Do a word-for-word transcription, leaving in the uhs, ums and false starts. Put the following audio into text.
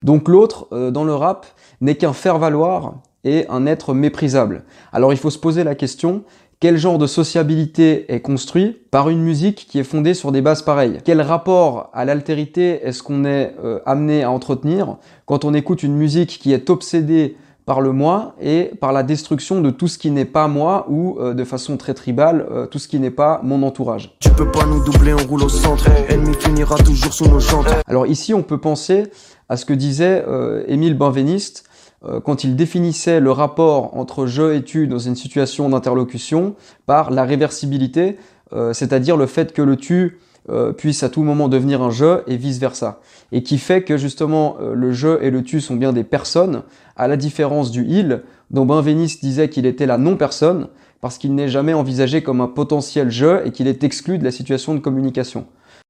Donc l'autre, euh, dans le rap, n'est qu'un faire-valoir et un être méprisable. Alors il faut se poser la question, quel genre de sociabilité est construit par une musique qui est fondée sur des bases pareilles? Quel rapport à l'altérité est-ce qu'on est euh, amené à entretenir quand on écoute une musique qui est obsédée par le moi et par la destruction de tout ce qui n'est pas moi ou euh, de façon très tribale, euh, tout ce qui n'est pas mon entourage. Tu peux pas nous doubler, on roule au centre, ennemi finira toujours sous nos jantes. Alors ici on peut penser à ce que disait euh, Émile Benveniste euh, quand il définissait le rapport entre je et tu dans une situation d'interlocution par la réversibilité, euh, c'est-à-dire le fait que le tu euh, puisse à tout moment devenir un je et vice-versa. Et qui fait que justement euh, le je et le tu sont bien des personnes, à la différence du il, dont Benveniste disait qu'il était la non-personne, parce qu'il n'est jamais envisagé comme un potentiel je et qu'il est exclu de la situation de communication.